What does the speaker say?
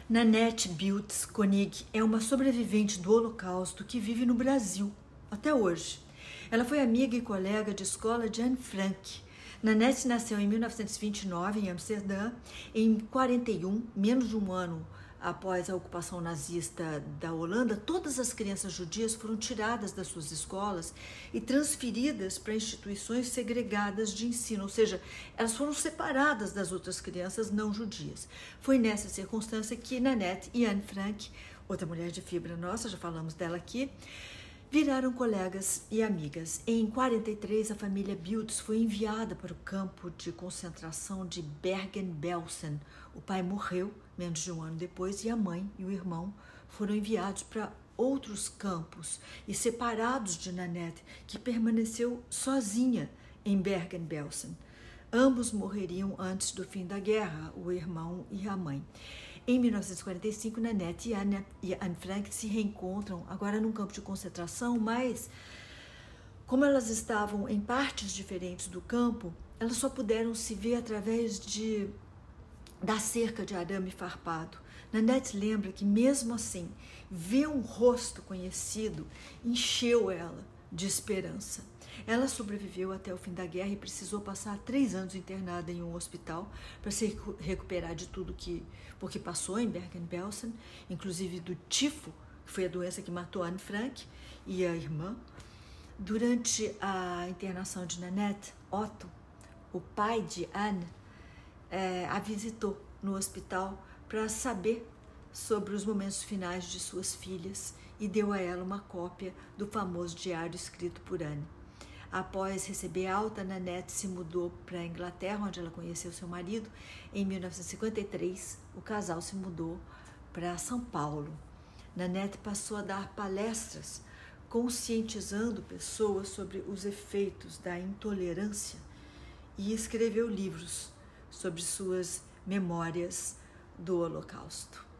Nanette Biltz Koenig é uma sobrevivente do Holocausto que vive no Brasil, até hoje. Ela foi amiga e colega de escola de Anne Frank. Nanette nasceu em 1929 em Amsterdã. Em 41, menos de um ano após a ocupação nazista da Holanda, todas as crianças judias foram tiradas das suas escolas e transferidas para instituições segregadas de ensino, ou seja, elas foram separadas das outras crianças não judias. Foi nessa circunstância que Nanette e Anne Frank, outra mulher de fibra nossa, já falamos dela aqui, viraram colegas e amigas. Em 43, a família Biltz foi enviada para o campo de concentração de Bergen-Belsen. O pai morreu menos de um ano depois e a mãe e o irmão foram enviados para outros campos e separados de Nanette, que permaneceu sozinha em Bergen-Belsen. Ambos morreriam antes do fim da guerra, o irmão e a mãe. Em 1945, Nanette e Anne Frank se reencontram, agora num campo de concentração, mas como elas estavam em partes diferentes do campo, elas só puderam se ver através da cerca de arame farpado. Nanette lembra que, mesmo assim, ver um rosto conhecido encheu ela de esperança. Ela sobreviveu até o fim da guerra e precisou passar 3 anos internada em um hospital para se recuperar de tudo porque passou em Bergen-Belsen, inclusive do tifo, que foi a doença que matou Anne Frank e a irmã. Durante a internação de Nanette, Otto, o pai de Anne, a visitou no hospital para saber sobre os momentos finais de suas filhas e deu a ela uma cópia do famoso diário escrito por Anne. Após receber alta, Nanette se mudou para a Inglaterra, onde ela conheceu seu marido. Em 1953, o casal se mudou para São Paulo. Nanette passou a dar palestras conscientizando pessoas sobre os efeitos da intolerância e escreveu livros sobre suas memórias do Holocausto.